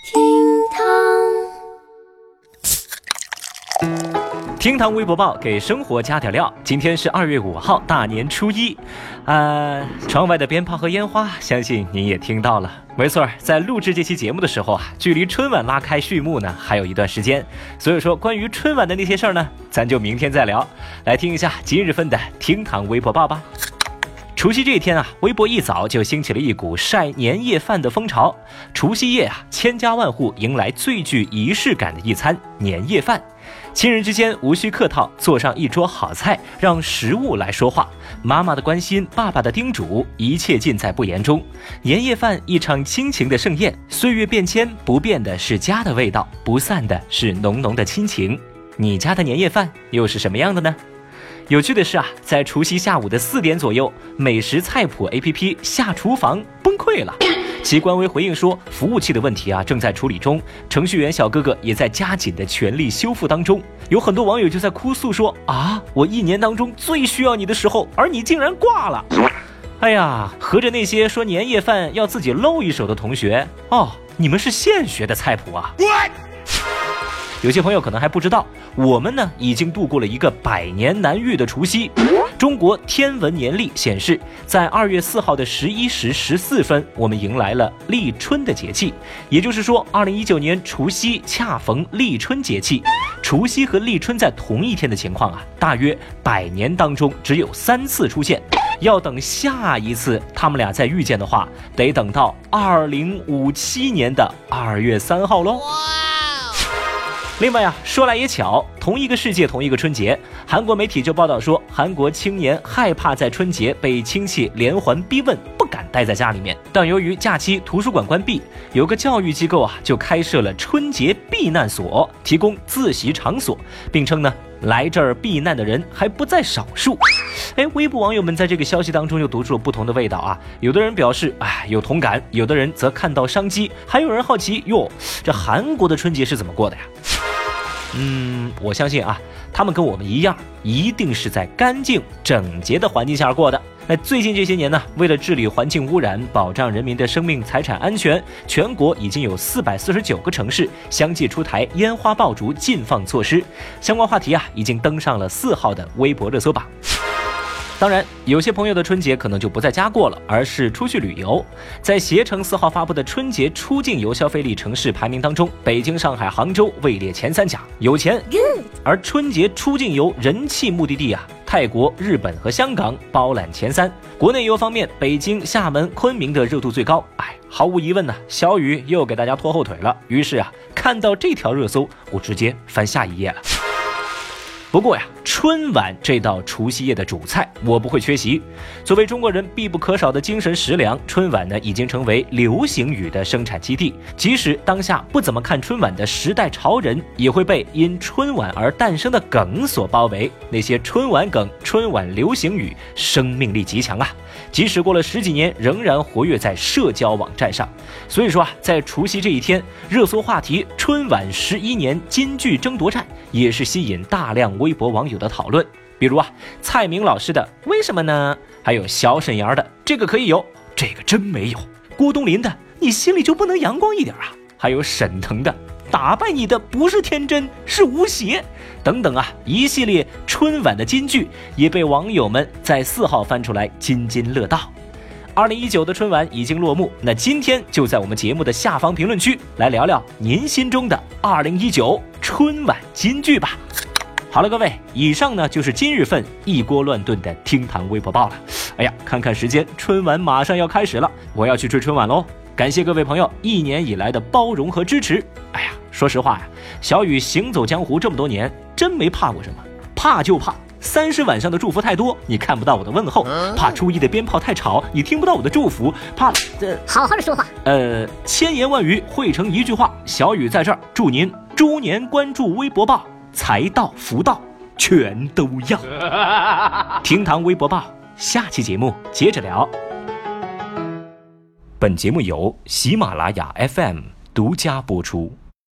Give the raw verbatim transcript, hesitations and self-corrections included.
厅堂微博报给生活加点料。今天是二月五号，大年初一。呃，窗外的鞭炮和烟花，相信您也听到了。没错，在录制这期节目的时候啊，距离春晚拉开序幕呢还有一段时间，所以说关于春晚的那些事儿呢，咱就明天再聊。来听一下今日份的厅堂微博报吧。除夕这一天啊，微博一早就兴起了一股晒年夜饭的风潮。除夕夜啊，千家万户迎来最具仪式感的一餐年夜饭。亲人之间无需客套，做上一桌好菜，让食物来说话。妈妈的关心，爸爸的叮嘱，一切尽在不言中。年夜饭一场亲情的盛宴，岁月变迁，不变的是家的味道，不散的是浓浓的亲情。你家的年夜饭又是什么样的呢？有趣的是啊，在除夕下午的四点左右，美食菜谱 A P P 下厨房崩溃了。其官微回应说，服务器的问题啊正在处理中，程序员小哥哥也在加紧的全力修复当中。有很多网友就在哭诉说啊，我一年当中最需要你的时候，而你竟然挂了。哎呀，合着那些说年夜饭要自己露一手的同学哦，你们是现学的菜谱啊。有些朋友可能还不知道，我们呢已经度过了一个百年难遇的除夕。中国天文年历显示，在二月四号的十一时十四分，我们迎来了立春的节气。也就是说，二零一九年除夕恰逢立春节气。除夕和立春在同一天的情况啊，大约百年当中只有三次出现。要等下一次他们俩再遇见的话，得等到二零五七年的二月三号喽。另外啊，说来也巧，同一个世界，同一个春节，韩国媒体就报道说，韩国青年害怕在春节被亲戚连环逼问，不敢待在家里面。但由于假期图书馆关闭，有个教育机构啊就开设了春节避难所，提供自习场所，并称呢来这儿避难的人还不在少数。哎，微博网友们在这个消息当中又读出了不同的味道啊，有的人表示哎有同感，有的人则看到商机，还有人好奇哟，这韩国的春节是怎么过的呀？嗯，我相信啊，他们跟我们一样，一定是在干净整洁的环境下过的。那最近这些年呢，为了治理环境污染，保障人民的生命财产安全，全国已经有四百四十九个城市相继出台烟花爆竹禁放措施。相关话题啊，已经登上了四号的微博热搜榜。当然，有些朋友的春节可能就不在家过了，而是出去旅游。在携程四号发布的春节出境游消费力城市排名当中，北京、上海、杭州位列前三甲，有钱。而春节出境游人气目的地啊，泰国、日本和香港包揽前三。国内游方面，北京、厦门、昆明的热度最高。哎，毫无疑问呢、啊，小雨又给大家拖后腿了。于是啊，看到这条热搜，我直接翻下一页了。不过呀，春晚这道除夕夜的主菜我不会缺席。作为中国人必不可少的精神食粮，春晚呢已经成为流行语的生产基地。即使当下不怎么看春晚的时代潮人，也会被因春晚而诞生的梗所包围。那些春晚梗、春晚流行语，生命力极强啊！即使过了十几年，仍然活跃在社交网站上。所以说啊，在除夕这一天，热搜话题春晚十一年金句争夺战也是吸引大量微博网友的讨论。比如啊，蔡明老师的为什么呢？还有小沈阳的这个可以有，这个真没有。郭冬临的你心里就不能阳光一点啊？还有沈腾的打败你的不是天真，是无邪等等啊，一系列春晚的金句也被网友们在四号翻出来津津乐道。二零一九的春晚已经落幕，那今天就在我们节目的下方评论区来聊聊您心中的二零一九春晚金句吧。好了，各位，以上呢就是今日份一锅乱炖的厅堂微博报了。哎呀，看看时间，春晚马上要开始了，我要去追春晚喽。感谢各位朋友一年以来的包容和支持。哎呀，说实话呀，小雨行走江湖这么多年，真没怕过什么，怕就怕三十晚上的祝福太多，你看不到我的问候；怕初一的鞭炮太吵，你听不到我的祝福；怕呃， 好好的说话。 呃，千言万语汇成一句话，小雨在这儿祝您猪年关注微博报，财到福到全都要。厅堂微博报，下期节目接着聊。本节目由喜马拉雅 F M 独家播出。